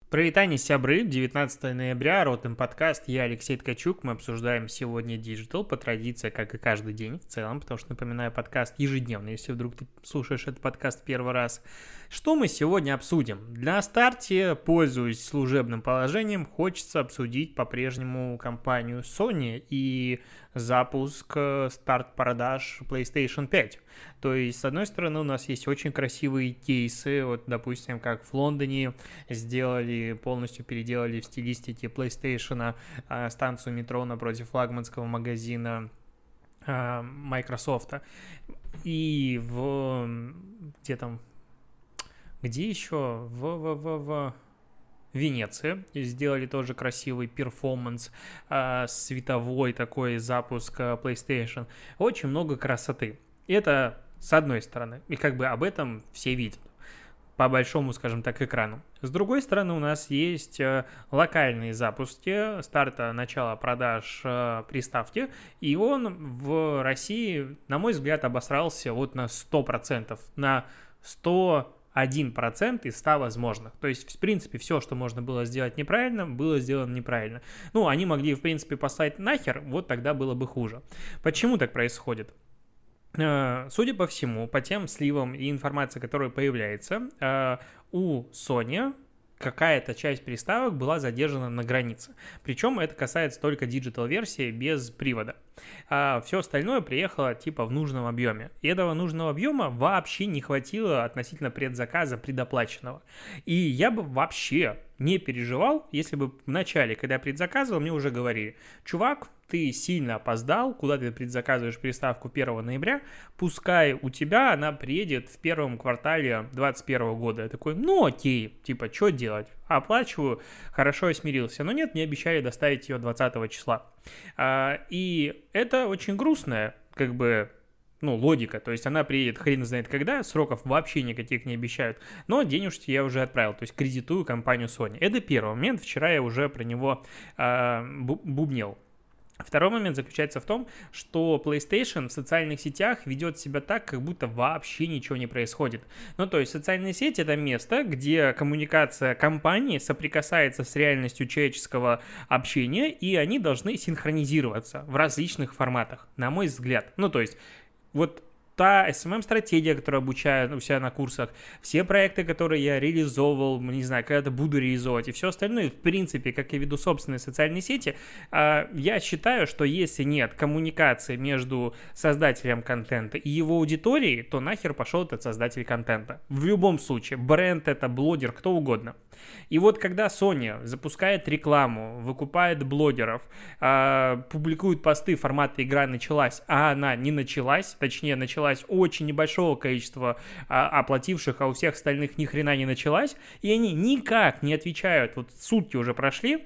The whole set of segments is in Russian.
Привет, сябры, 19 ноября, Ротем подкаст, я Алексей Ткачук, мы обсуждаем сегодня диджитал, по традиции, как и каждый день в целом, потому что, напоминаю, подкаст ежедневно, если вдруг ты слушаешь этот подкаст в первый раз. Что мы сегодня обсудим? Для старте, пользуясь служебным положением, хочется обсудить по-прежнему компанию Sony и запуск, старт продаж PlayStation 5. То есть, с одной стороны, у нас есть очень красивые кейсы, вот, допустим, как в Лондоне сделали, полностью переделали в стилистике PlayStation станцию метро напротив флагманского магазина Microsoft. И где еще? В Венеции сделали тоже красивый перформанс, световой такой запуск PlayStation. Очень много красоты. Это с одной стороны. И как бы об этом все видят по большому, скажем так, экрану. С другой стороны, у нас есть локальные запуски старта начала продаж приставки, и он в России, на мой взгляд, обосрался вот на 100%, на 101% из 100 возможных. То есть, в принципе, все, что можно было сделать неправильно, было сделано неправильно. Ну, они могли, в принципе, послать нахер, вот тогда было бы хуже. Почему так происходит? Судя по всему, по тем сливам и информации, которая появляется, у Sony какая-то часть приставок была задержана на границе. Причем это касается только диджитал-версии без привода. А все остальное приехало типа в нужном объеме. И этого нужного объема вообще не хватило относительно предзаказа предоплаченного. И я бы вообще не переживал, если бы в начале, когда я предзаказывал, мне уже говорили: чувак, ты сильно опоздал, куда ты предзаказываешь приставку 1 ноября, пускай у тебя она приедет в первом квартале 2021 года. Я такой, ну окей, типа, что делать? Оплачиваю, хорошо, я смирился. Но нет, мне обещали доставить ее 20 числа. И это очень грустная, как бы, логика. То есть она приедет хрен знает когда, сроков вообще никаких не обещают, но денежки я уже отправил, то есть кредитую компанию Sony. Это первый момент, вчера я уже про него бубнил. Второй момент заключается в том, что PlayStation в социальных сетях ведет себя так, как будто вообще ничего не происходит. Ну, то есть социальные сети — это место, где коммуникация компании соприкасается с реальностью человеческого общения, и они должны синхронизироваться в различных форматах, на мой взгляд. Ну, то есть вот та SMM-стратегия, которую обучаю у себя на курсах, все проекты, которые я реализовывал, не знаю, когда-то буду реализовывать, и все остальное, в принципе, как я веду собственные социальные сети, я считаю, что если нет коммуникации между создателем контента и его аудиторией, то нахер пошел этот создатель контента. В любом случае, бренд это, блогер, кто угодно. И вот когда Sony запускает рекламу, выкупает блогеров, публикует посты формата «игра началась», а она не началась, точнее началась очень небольшого количества оплативших, а у всех остальных ни хрена не началась, и они никак не отвечают, вот сутки уже прошли,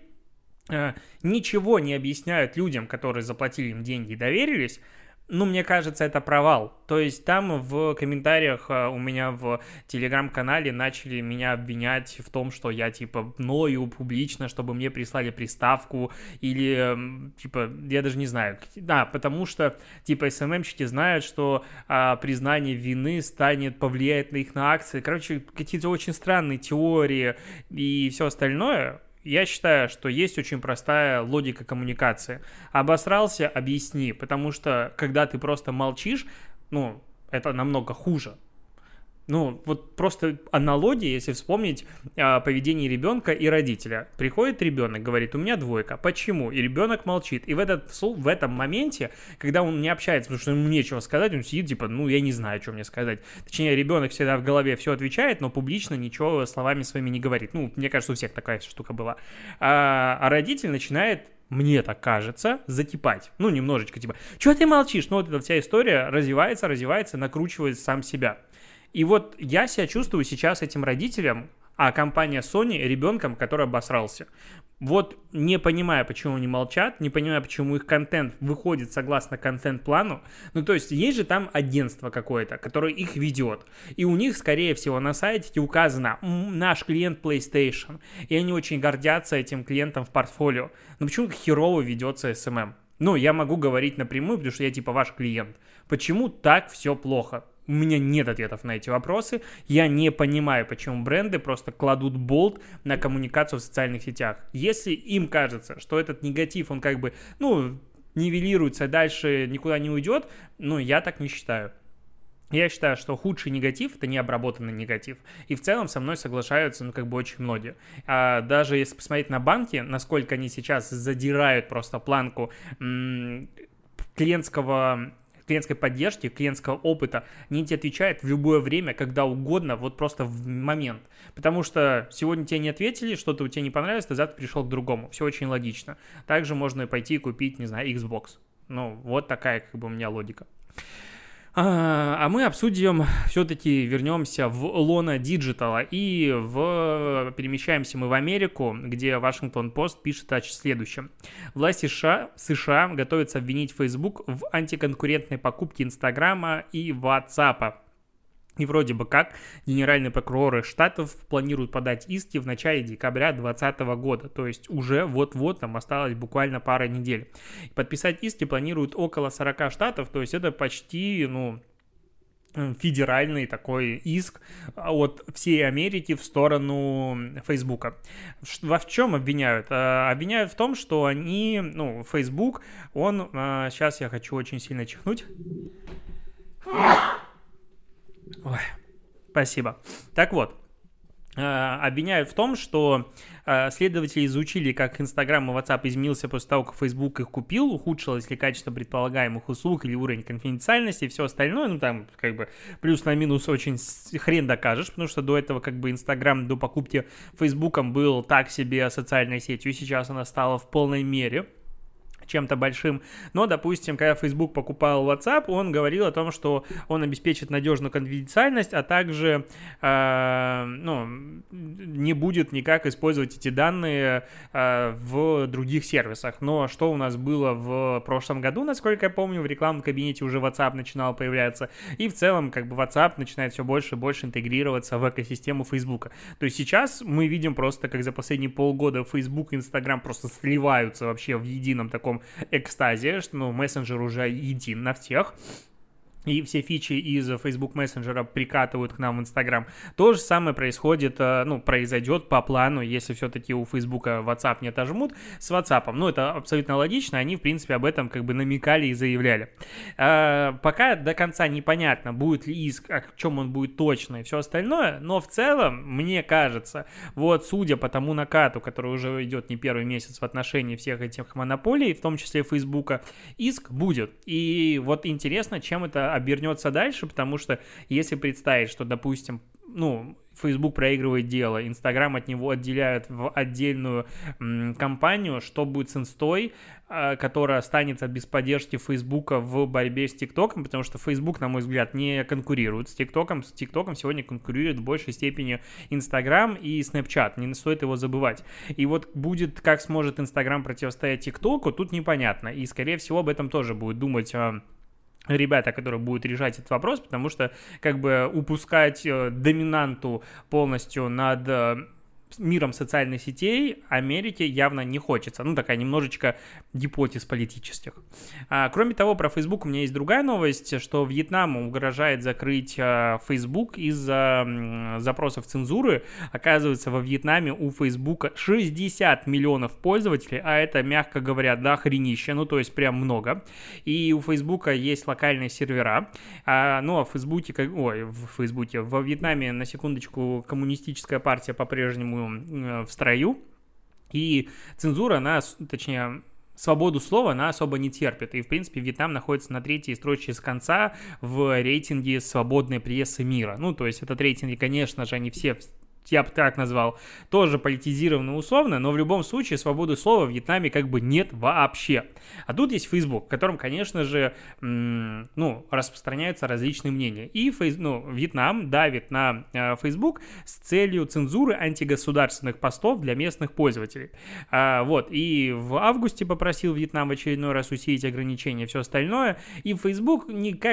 ничего не объясняют людям, которые заплатили им деньги и доверились. Мне кажется, это провал. То есть там в комментариях у меня в телеграм-канале начали меня обвинять в том, что я, типа, ною публично, чтобы мне прислали приставку, или, типа, я даже не знаю. Потому что, типа, СММщики знают, что признание вины повлияет на их на акции. Короче, какие-то очень странные теории и все остальное. Я считаю, что есть очень простая логика коммуникации. Обосрался — объясни, потому что когда ты просто молчишь, это намного хуже. Вот просто аналогия, если вспомнить поведение ребенка и родителя. Приходит ребенок, говорит: у меня 2. Почему? И ребенок молчит. И в этом моменте, когда он не общается, потому что ему нечего сказать, он сидит, типа, я не знаю, что мне сказать. Точнее, ребенок всегда в голове все отвечает, но публично ничего словами своими не говорит. Мне кажется, у всех такая штука была. А родитель начинает, мне так кажется, закипать. Немножечко, типа, что ты молчишь? Вот эта вся история развивается, накручивает сам себя. И вот я себя чувствую сейчас этим родителем, а компания Sony ребенком, который обосрался. Вот не понимая, почему они молчат, не понимая, почему их контент выходит согласно контент-плану. То есть есть же там агентство какое-то, которое их ведет. И у них, скорее всего, на сайте указано «наш клиент PlayStation». И они очень гордятся этим клиентом в портфолио. Но почему херово ведется SMM? Я могу говорить напрямую, потому что я типа ваш клиент. Почему так все плохо? у меня нет ответов на эти вопросы. Я не понимаю, почему бренды просто кладут болт на коммуникацию в социальных сетях. Если им кажется, что этот негатив, он как бы, нивелируется, дальше никуда не уйдет, я так не считаю. Я считаю, что худший негатив — это необработанный негатив. И в целом со мной соглашаются, очень многие. Даже если посмотреть на банки, насколько они сейчас задирают просто планку клиентской поддержки, клиентского опыта, они тебе отвечают в любое время, когда угодно, вот просто в момент. Потому что сегодня тебе не ответили, что-то у тебя не понравилось, ты завтра пришел к другому. Все очень логично. Также можно пойти и купить, Xbox. Вот такая у меня логика. А мы обсудим, все-таки вернемся в лоно диджитала и перемещаемся мы в Америку, где Вашингтон-Пост пишет о следующем. Власти США готовятся обвинить Facebook в антиконкурентной покупке Инстаграма и Ватсапа. И вроде бы как генеральные прокуроры штатов планируют подать иски в начале декабря 2020 года, то есть уже вот-вот, там осталось буквально пара недель. Подписать иски планируют около 40 штатов, то есть это почти, федеральный такой иск от всей Америки в сторону Фейсбука. В чем обвиняют? Обвиняют в том, что они, Facebook, сейчас я хочу очень сильно чихнуть. Ой, спасибо. Так вот, обвиняют в том, что следователи изучили, как Instagram и WhatsApp изменился после того, как Facebook их купил, ухудшилось ли качество предполагаемых услуг или уровень конфиденциальности и все остальное, там плюс на минус очень хрен докажешь, потому что до этого Instagram до покупки Facebook был так себе социальной сетью, и сейчас она стала в полной мере чем-то большим. Но, допустим, когда Facebook покупал WhatsApp, он говорил о том, что он обеспечит надежную конфиденциальность, а также не будет никак использовать эти данные в других сервисах. Но что у нас было в прошлом году, насколько я помню, в рекламном кабинете уже WhatsApp начинал появляться, и в целом WhatsApp начинает все больше и больше интегрироваться в экосистему Facebook. То есть сейчас мы видим просто, как за последние полгода Facebook и Instagram просто сливаются вообще в едином таком экстазе, что мессенджер уже един на всех. И все фичи из Facebook Messenger прикатывают к нам в Instagram. То же самое происходит, произойдет по плану, если все-таки у Facebook WhatsApp не отожмут с WhatsApp. Это абсолютно логично, они, в принципе, об этом намекали и заявляли. Пока до конца непонятно, будет ли иск, о чем он будет точно и все остальное, но в целом, мне кажется, судя по тому накату, который уже идет не первый месяц в отношении всех этих монополий, в том числе Facebook, иск будет. И интересно, чем это обернется дальше, потому что если представить, что, допустим, Facebook проигрывает дело, Instagram от него отделяют в отдельную компанию, что будет с Инстой, которая останется без поддержки Facebook в борьбе с ТикТоком, потому что Facebook, на мой взгляд, не конкурирует с ТикТоком. С ТикТоком сегодня конкурирует в большей степени Instagram и Snapchat, не стоит его забывать. И будет, как сможет Instagram противостоять ТикТоку, тут непонятно, и, скорее всего, об этом тоже будет думать ребята, которые будут решать этот вопрос, потому что упускать доминанту полностью над миром социальных сетей Америке явно не хочется. Такая немножечко гипотез политических. Кроме того, про Facebook у меня есть другая новость, что Вьетнаму угрожает закрыть Facebook из-за запросов цензуры. Оказывается, во Вьетнаме у Facebook 60 миллионов пользователей, а это, мягко говоря, дохренище, то есть прям много. И у Facebook есть локальные сервера. В Вьетнаме, на секундочку, коммунистическая партия по-прежнему в строю, и цензура, свободу слова она особо не терпит, и, в принципе, Вьетнам находится на третьей строчке с конца в рейтинге свободной прессы мира. То есть этот рейтинг, конечно же, они все, я бы так назвал, тоже политизированы условно, но в любом случае свободы слова в Вьетнаме нет вообще. А тут есть Facebook, в котором, конечно же, распространяются различные мнения. И Вьетнам давит на Facebook с целью цензуры антигосударственных постов для местных пользователей. И в августе попросил Вьетнам в очередной раз усилить ограничения и все остальное. И Facebook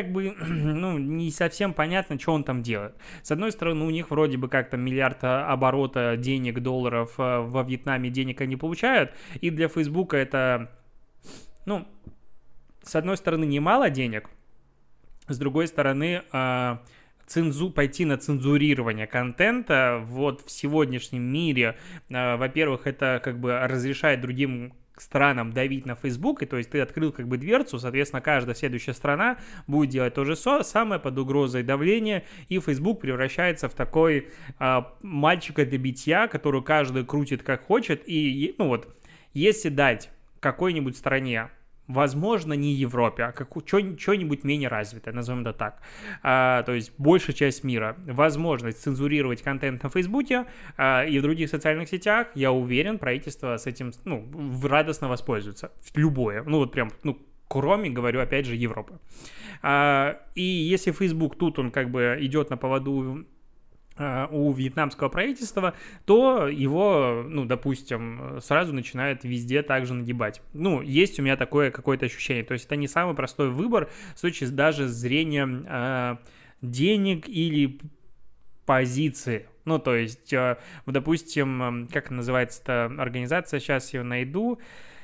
не совсем понятно, что он там делает. С одной стороны, у них вроде бы как-то миллиард оборота денег, долларов во Вьетнаме денег они получают, и для Фейсбука это, с одной стороны, немало денег, С другой стороны, пойти на цензурирование контента вот в сегодняшнем мире, во-первых, это как бы разрешает другим странам давить на Facebook, и то есть ты открыл как бы дверцу, соответственно, каждая следующая страна будет делать то же самое под угрозой давления, и Facebook превращается в такой мальчика для битья, которую каждый крутит как хочет, и, ну вот, если дать какой-нибудь стране, возможно, не Европе, а что-нибудь менее развитое, назовем это так. То есть большая часть мира. Возможность цензурировать контент на Фейсбуке и в других социальных сетях, я уверен, правительство с этим радостно воспользуется. Любое. Ну вот прям, кроме, говорю, опять же, Европы. И если Facebook тут, он как бы идет на поводу у вьетнамского правительства, то его, допустим, сразу начинает везде также нагибать. Есть у меня такое какое-то ощущение. То есть это не самый простой выбор с точки даже зрения денег или позиции. То есть, допустим, как называется эта организация, сейчас ее найду.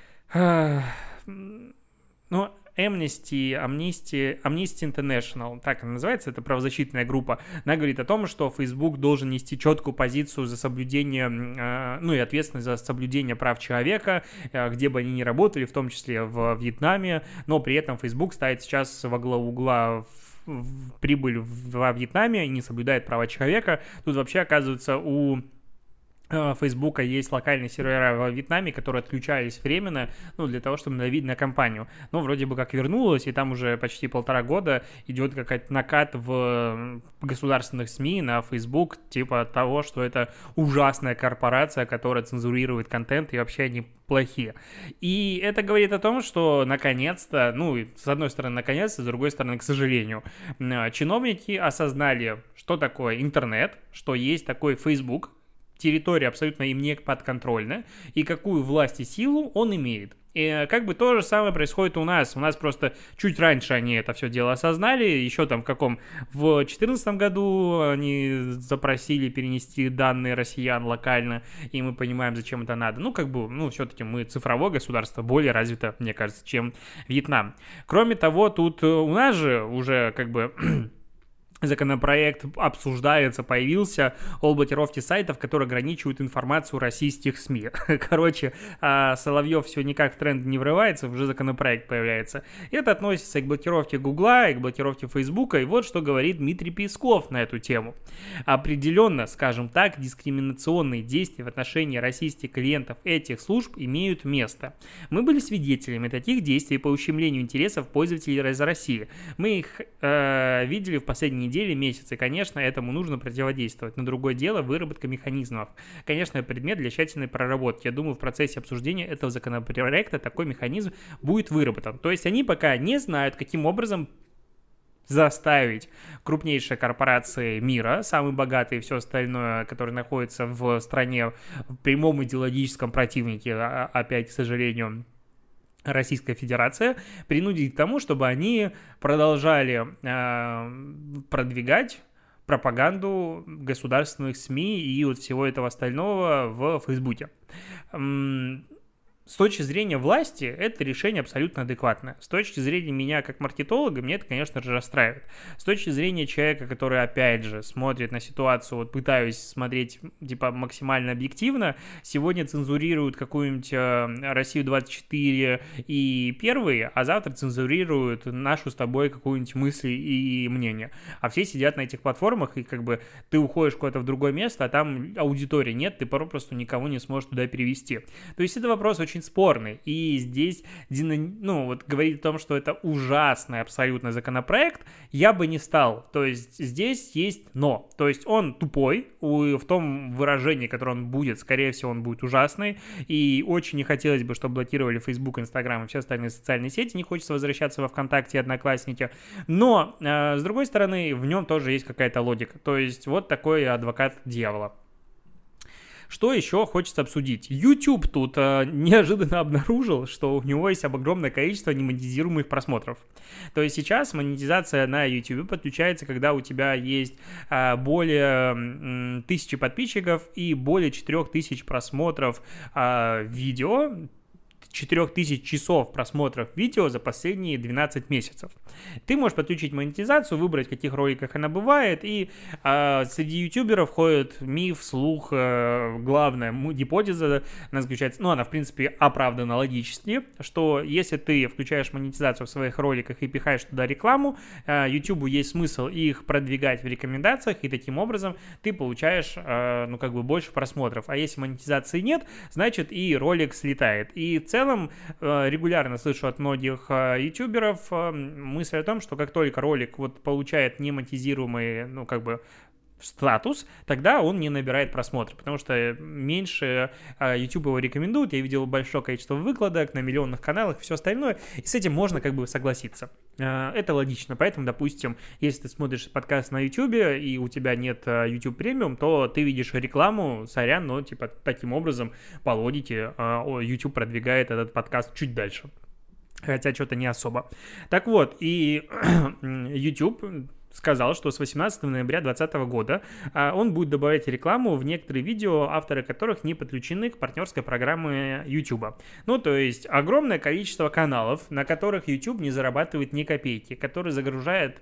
Amnesty International, так она называется, это правозащитная группа, она говорит о том, что Facebook должен нести четкую позицию за соблюдение, и ответственность за соблюдение прав человека, где бы они ни работали, в том числе в Вьетнаме, но при этом Facebook ставит сейчас во главу угла прибыль во Вьетнаме и не соблюдает права человека. Тут вообще, оказывается, у Фейсбука есть локальные сервера во Вьетнаме, которые отключались временно, для того, чтобы надавить на компанию. Вроде бы как вернулась, и там уже почти 1,5 года идет какой-то накат в государственных СМИ на Facebook, типа того, что это ужасная корпорация, которая цензурирует контент, и вообще они плохие. И это говорит о том, что наконец-то, с одной стороны, наконец-то, с другой стороны, к сожалению, чиновники осознали, что такое интернет, что есть такой Facebook, территория абсолютно им не подконтрольна, и какую власть и силу он имеет. И как бы то же самое происходит у нас. У нас просто чуть раньше они это все дело осознали, еще там в 2014 году они запросили перенести данные россиян локально, и мы понимаем, зачем это надо. Все-таки мы цифровое государство, более развито, мне кажется, чем Вьетнам. Кроме того, тут у нас же уже законопроект обсуждается, появился о блокировке сайтов, которые ограничивают информацию российских СМИ. Короче, Соловьев все никак в тренд не врывается, уже законопроект появляется. Это относится и к блокировке Гугла, и к блокировке Фейсбука, и вот что говорит Дмитрий Песков на эту тему. Определенно, скажем так, дискриминационные действия в отношении российских клиентов этих служб имеют место. Мы были свидетелями таких действий по ущемлению интересов пользователей из России. Мы их видели в последние месяцы. Конечно, этому нужно противодействовать. Но другое дело — выработка механизмов. Конечно, предмет для тщательной проработки. Я думаю, в процессе обсуждения этого законопроекта такой механизм будет выработан. То есть они пока не знают, каким образом заставить крупнейшие корпорации мира, самые богатые и все остальное, которые находятся в стране, в прямом идеологическом противнике, опять, к сожалению, Российская Федерация, принудить к тому, чтобы они продолжали продвигать пропаганду государственных СМИ и вот всего этого остального в Фейсбуке. С точки зрения власти, это решение абсолютно адекватное. С точки зрения меня как маркетолога, мне это, конечно же, расстраивает. С точки зрения человека, который, опять же, смотрит на ситуацию, пытаюсь смотреть, максимально объективно, сегодня цензурируют какую-нибудь Россию-24 и Первый, а завтра цензурируют нашу с тобой какую-нибудь мысль и мнение. А все сидят на этих платформах, и ты уходишь куда-то в другое место, а там аудитории нет, ты попросту никого не сможешь туда перевести. То есть это вопрос очень спорный, и здесь говорить о том, что это ужасный абсолютно законопроект, я бы не стал. То есть здесь есть но. То есть он тупой, в том выражении, которое он будет, скорее всего, он будет ужасный, и очень не хотелось бы, чтобы блокировали Facebook, Instagram и все остальные социальные сети, не хочется возвращаться во ВКонтакте и Одноклассники, но, с другой стороны, в нем тоже есть какая-то логика. То есть вот такой адвокат дьявола. Что еще хочется обсудить? YouTube тут неожиданно обнаружил, что у него есть огромное количество немонетизируемых просмотров. То есть сейчас монетизация на YouTube подключается, когда у тебя есть более 1000 подписчиков и более 4000 просмотров видео. 4000 часов просмотров видео за последние 12 месяцев. Ты можешь подключить монетизацию, выбрать, в каких роликах она бывает, и среди ютуберов ходит миф, слух, главная гипотеза, она заключается, она в принципе оправдана логически, что если ты включаешь монетизацию в своих роликах и пихаешь туда рекламу, ютубу есть смысл их продвигать в рекомендациях, и таким образом ты получаешь, больше просмотров. А если монетизации нет, значит и ролик слетает. И в целом регулярно слышу от многих ютуберов мысль о том, что как только ролик получает немонетизируемый, статус, тогда он не набирает просмотры, потому что меньше YouTube его рекомендует. Я видел большое количество выкладок на миллионных каналах и все остальное, и с этим можно согласиться. Это логично, поэтому, допустим, если ты смотришь подкаст на YouTube и у тебя нет YouTube премиум, то ты видишь рекламу, сорян, но таким образом по логике YouTube продвигает этот подкаст чуть дальше. Хотя что-то не особо. Так вот, и YouTube сказал, что с 18 ноября 2020 года он будет добавлять рекламу в некоторые видео, авторы которых не подключены к партнерской программе YouTube. То есть огромное количество каналов, на которых YouTube не зарабатывает ни копейки, который загружает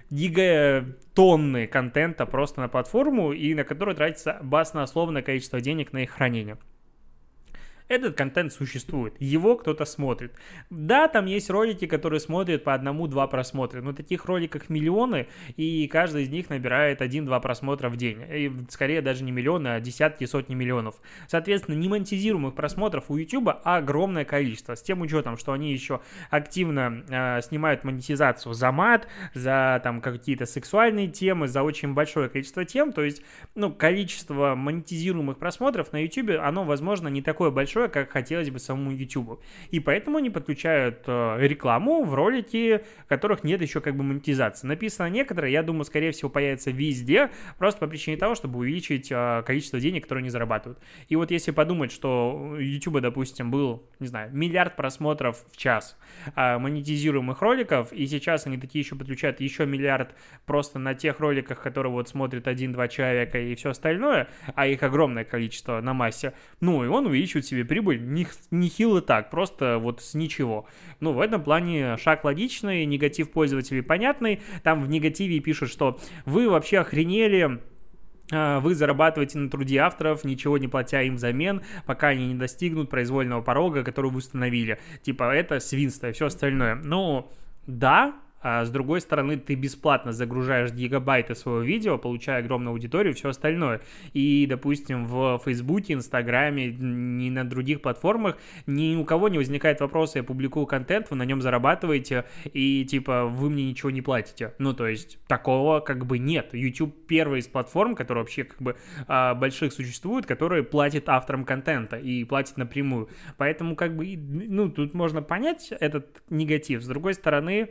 гигатонны контента просто на платформу и на который тратится баснословное количество денег на их хранение. Этот контент существует, его кто-то смотрит. Да, там есть ролики, которые смотрят по 1-2 просмотра, но таких роликов миллионы, и каждый из них набирает 1-2 просмотра в день. И скорее даже не миллионы, а десятки, сотни миллионов. Соответственно, немонетизируемых просмотров у YouTube огромное количество. С тем учетом, что они еще активно снимают монетизацию за мат, за какие-то сексуальные темы, за очень большое количество тем. То есть, количество монетизируемых просмотров на YouTube, оно, возможно, не такое большое, как хотелось бы самому YouTube. И поэтому они подключают рекламу в ролики, в которых нет еще монетизации. Написано некоторые, я думаю, скорее всего, появится везде, просто по причине того, чтобы увеличить количество денег, которые они зарабатывают. И если подумать, что у YouTube, допустим, был, 1 миллиард просмотров в час монетизируемых роликов, и сейчас они такие еще подключают еще 1 миллиард просто на тех роликах, которые смотрят 1-2 человека и все остальное, а их огромное количество на массе, и он увеличивает себе прибыль нехило так, просто с ничего. В этом плане шаг логичный, негатив пользователей понятный. Там в негативе пишут, что вы вообще охренели, вы зарабатываете на труде авторов, ничего не платя им взамен, пока они не достигнут произвольного порога, который вы установили. Это свинство и все остальное. Да. А с другой стороны, ты бесплатно загружаешь гигабайты своего видео, получая огромную аудиторию и все остальное. И, допустим, в Фейсбуке, Инстаграме, ни на других платформах ни у кого не возникает вопроса: я публикую контент, вы на нем зарабатываете, и вы мне ничего не платите. То есть такого нет. YouTube первая из платформ, которая вообще больших существует, которая платит авторам контента и платит напрямую. Поэтому тут можно понять этот негатив. С другой стороны,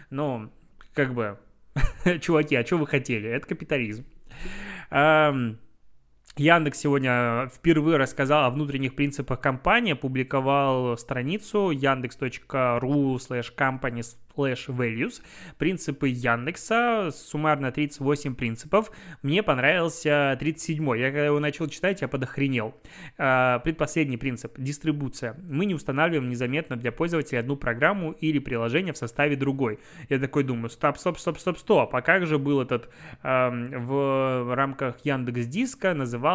чуваки, а что вы хотели? Это капитализм. Яндекс сегодня впервые рассказал о внутренних принципах компании, опубликовал страницу yandex.ru/company/values, принципы Яндекса, суммарно 38 принципов. Мне понравился 37-й. Я когда его начал читать, я подохренел. Предпоследний принцип – дистрибуция. Мы не устанавливаем незаметно для пользователя одну программу или приложение в составе другой. Я такой думаю: стоп. А как же был этот в рамках Яндекс.Диска, назывался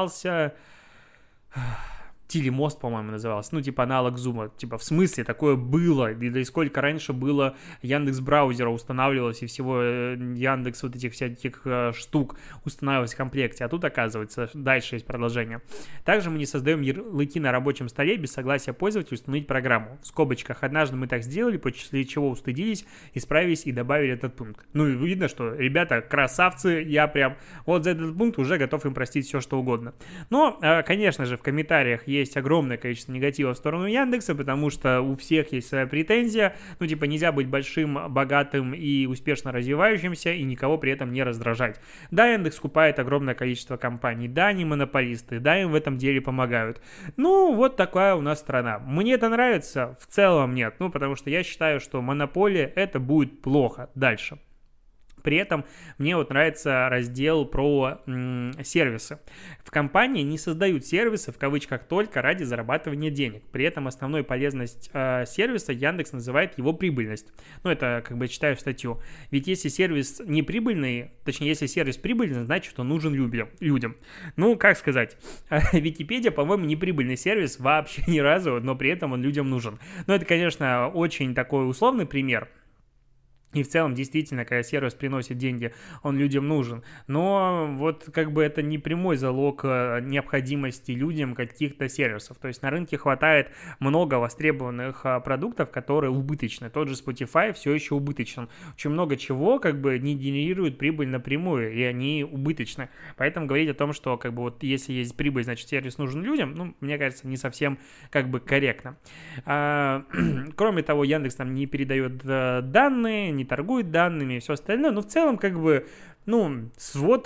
Телемост, по-моему, назывался. Аналог Зума. В смысле, такое было? И сколько раньше было Яндекс браузера устанавливалось, и всего Яндекс этих всяких штук устанавливалось в комплекте. А тут, оказывается, дальше есть продолжение. Также мы не создаем ярлыки на рабочем столе без согласия пользователя установить программу. В скобочках: однажды мы так сделали, после чего устыдились, исправились и добавили этот пункт. И видно, что ребята красавцы, я прям за этот пункт уже готов им простить все, что угодно. Но, конечно же, в комментариях есть огромное количество негатива в сторону Яндекса, потому что у всех есть своя претензия. Нельзя быть большим, богатым и успешно развивающимся и никого при этом не раздражать. Да, Яндекс скупает огромное количество компаний, да, они монополисты, да, им в этом деле помогают. Такая у нас страна. Мне это нравится? В целом нет. Потому что я считаю, что монополия — это будет плохо дальше. При этом мне вот нравится раздел про сервисы. В компании не создают сервисы, в кавычках, только ради зарабатывания денег. При этом основной полезность сервиса Яндекс называет его прибыльность. Ну, это как бы читаю статью. Ведь если сервис не прибыльный, точнее, если сервис прибыльный, значит, он нужен людям. Ну, как сказать, Википедия, по-моему, не прибыльный сервис вообще ни разу, но при этом он людям нужен. Но это, конечно, очень такой условный пример. И в целом, действительно, когда сервис приносит деньги, он людям нужен. Но вот как бы это не прямой залог необходимости людям каких-то сервисов. То есть на рынке хватает много востребованных продуктов, которые убыточны. Тот же Spotify все еще убыточен. Очень много чего как бы не генерирует прибыль напрямую, и они убыточны. Поэтому говорить о том, что как бы вот если есть прибыль, значит сервис нужен людям, ну, мне кажется, не совсем как бы корректно. Кроме того, Яндекс там не передает данные, не торгует данными и все остальное, но в целом как бы, ну, свод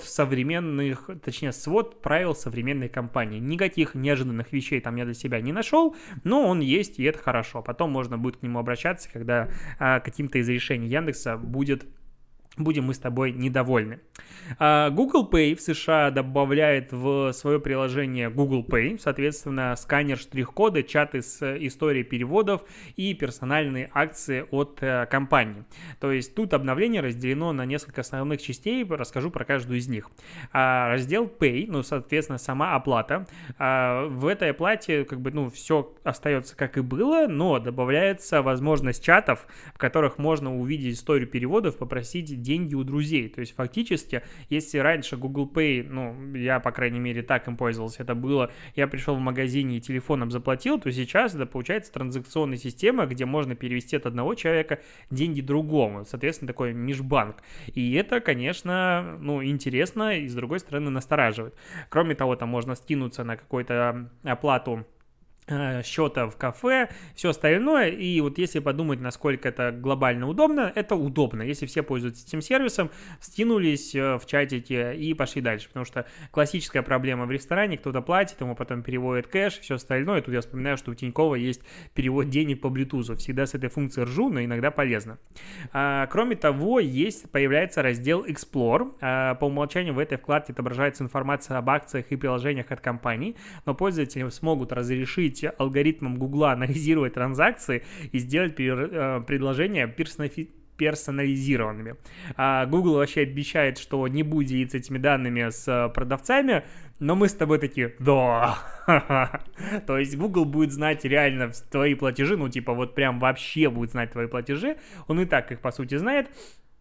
правил современной компании. Никаких неожиданных вещей там я для себя не нашел, но он есть, и это хорошо. Потом можно будет к нему обращаться, когда каким-то из решений Яндекса будем мы с тобой недовольны. Google Pay в США добавляет в свое приложение Google Pay, соответственно, сканер штрих-кода, чаты с историей переводов и персональные акции от компании. То есть тут обновление разделено на несколько основных частей, расскажу про каждую из них. Раздел Pay, ну, соответственно, сама оплата. В этой оплате как бы, ну, все остается как и было, но добавляется возможность чатов, в которых можно увидеть историю переводов, попросить деньги у друзей. То есть фактически, если раньше Google Pay, ну, я, по крайней мере, так им пользовался, это было, я пришел в магазине и телефоном заплатил, то сейчас это получается транзакционная система, где можно перевести от одного человека деньги другому. Соответственно, такой межбанк. И это, конечно, ну, интересно и, с другой стороны, настораживает. Кроме того, там можно скинуться на какую-то оплату счета в кафе, все остальное, и вот если подумать, насколько это глобально удобно, это удобно, если все пользуются этим сервисом, стянулись в чатике и пошли дальше, потому что классическая проблема в ресторане, кто-то платит, ему потом переводит кэш, все остальное, тут я вспоминаю, что у Тинькова есть перевод денег по Bluetooth, всегда с этой функцией ржу, но иногда полезно. Кроме того, появляется раздел Explore, по умолчанию в этой вкладке отображается информация об акциях и приложениях от компаний, но пользователи смогут разрешить алгоритмом Гугла анализировать транзакции и сделать предложения персонализированными. Google вообще обещает, что не будет делиться этими данными с продавцами, но мы с тобой такие, да, то есть Google будет знать реально твои платежи, ну типа вот прям вообще будет знать твои платежи, он и так их по сути знает,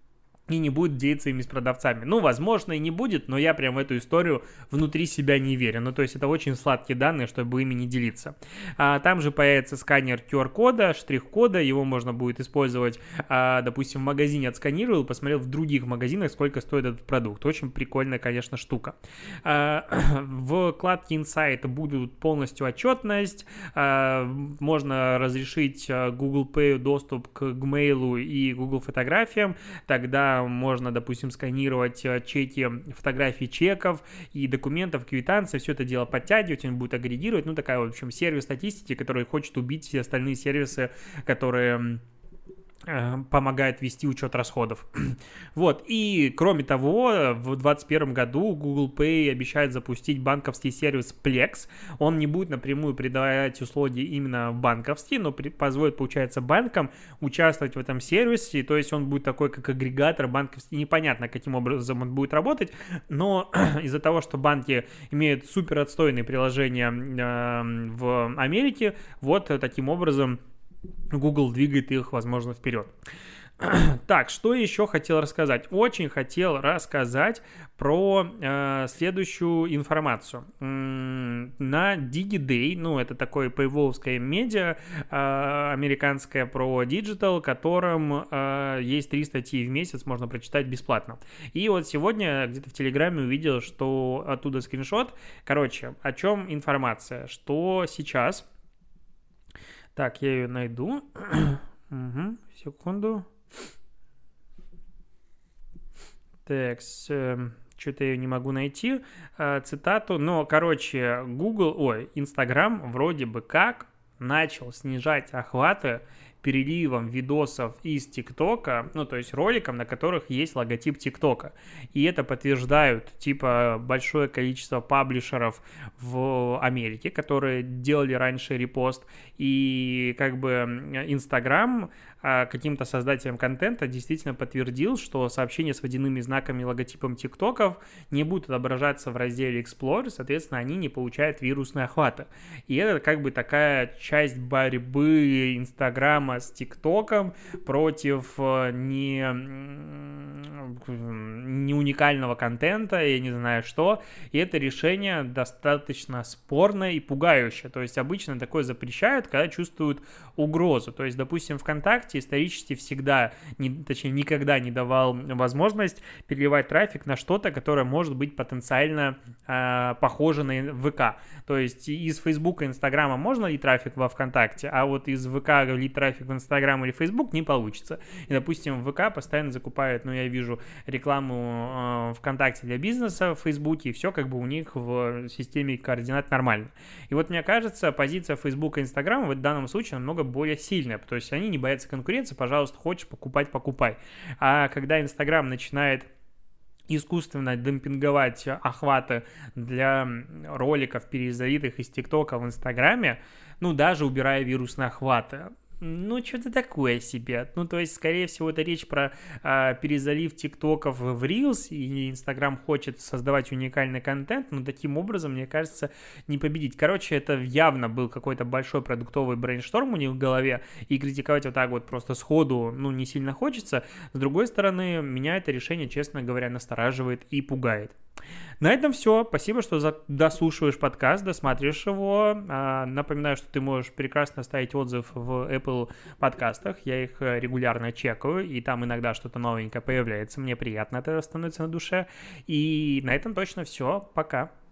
и не будет делиться ими с продавцами. Ну, возможно, и не будет, но я прям в эту историю внутри себя не верю. Ну, то есть это очень сладкие данные, чтобы ими не делиться. Там же появится сканер QR-кода, штрих-кода, его можно будет использовать, допустим, в магазине отсканировал, посмотрел в других магазинах, сколько стоит этот продукт. Очень прикольная, конечно, штука. В вкладке Insight будет полностью отчетность, можно разрешить Google Pay доступ к Gmail и Google фотографиям, тогда можно, допустим, сканировать чеки, фотографии чеков и документов, квитанции, все это дело подтягивать, он будет агрегировать, ну, такая, в общем, сервис статистики, который хочет убить все остальные сервисы, которые помогает вести учет расходов. Вот, и кроме того, в 2021 году Google Pay обещает запустить банковский сервис Plex. Он не будет напрямую передавать услуги именно банковские, но позволит, получается, банкам участвовать в этом сервисе, то есть он будет такой, как агрегатор банковский. Непонятно, каким образом он будет работать, но из-за того, что банки имеют супер отстойные приложения в Америке, вот таким образом Google двигает их, возможно, вперед. Так, что еще хотел рассказать? Очень хотел рассказать про следующую информацию. На DigiDay, ну, это такое paywall-ское медиа американское про диджитал, которым есть 3 статьи в месяц, можно прочитать бесплатно. И вот сегодня где-то в Телеграме увидел, что оттуда скриншот. Короче, о чем информация? Что сейчас... Так, я ее найду. Угу, секунду. Так, что-то я ее не могу найти. Цитату. Но, короче, Instagram вроде бы как начал снижать охваты переливом видосов из ТикТока, ну, то есть роликом, на которых есть логотип ТикТока. И это подтверждают, типа, большое количество паблишеров в Америке, которые делали раньше репост, и как бы Инстаграм каким-то создателям контента действительно подтвердил, что сообщения с водяными знаками и логотипом ТикТоков не будут отображаться в разделе Explorer, соответственно, они не получают вирусные охваты. И это как бы такая часть борьбы Инстаграма с ТикТоком против не уникального контента, я не знаю что, и это решение достаточно спорное и пугающее. То есть обычно такое запрещают, когда чувствуют угрозу. То есть, допустим, ВКонтакте исторически всегда, точнее, никогда не давал возможность переливать трафик на что-то, которое может быть потенциально похоже на ВК. То есть из Фейсбука и Инстаграма можно лить трафик во ВКонтакте, а вот из ВК лить трафик в Инстаграм или Фейсбук не получится. И, допустим, ВК постоянно закупает, ну, я вижу рекламу ВКонтакте для бизнеса в Фейсбуке, и все как бы у них в системе координат нормально. И вот мне кажется, позиция Фейсбука и Инстаграма в данном случае намного более сильная, то есть они не боятся конкуренции, пожалуйста, хочешь покупать, покупай. А когда Инстаграм начинает искусственно демпинговать охваты для роликов, перезалитых из ТикТока в Инстаграме, ну, даже убирая вирусные охваты, ну, что-то такое себе. Ну, то есть, скорее всего, это речь про перезалив ТикТоков в Reels, и Инстаграм хочет создавать уникальный контент, но таким образом, мне кажется, не победить. Короче, это явно был какой-то большой продуктовый брейншторм у них в голове, и критиковать вот так вот просто сходу, ну, не сильно хочется. С другой стороны, меня это решение, честно говоря, настораживает и пугает. На этом все. Спасибо, что дослушиваешь подкаст, досматриваешь его. Напоминаю, что ты можешь прекрасно оставить отзыв в Apple подкастах. Я их регулярно чекаю, и там иногда что-то новенькое появляется. Мне приятно это становится на душе. И на этом точно все. Пока.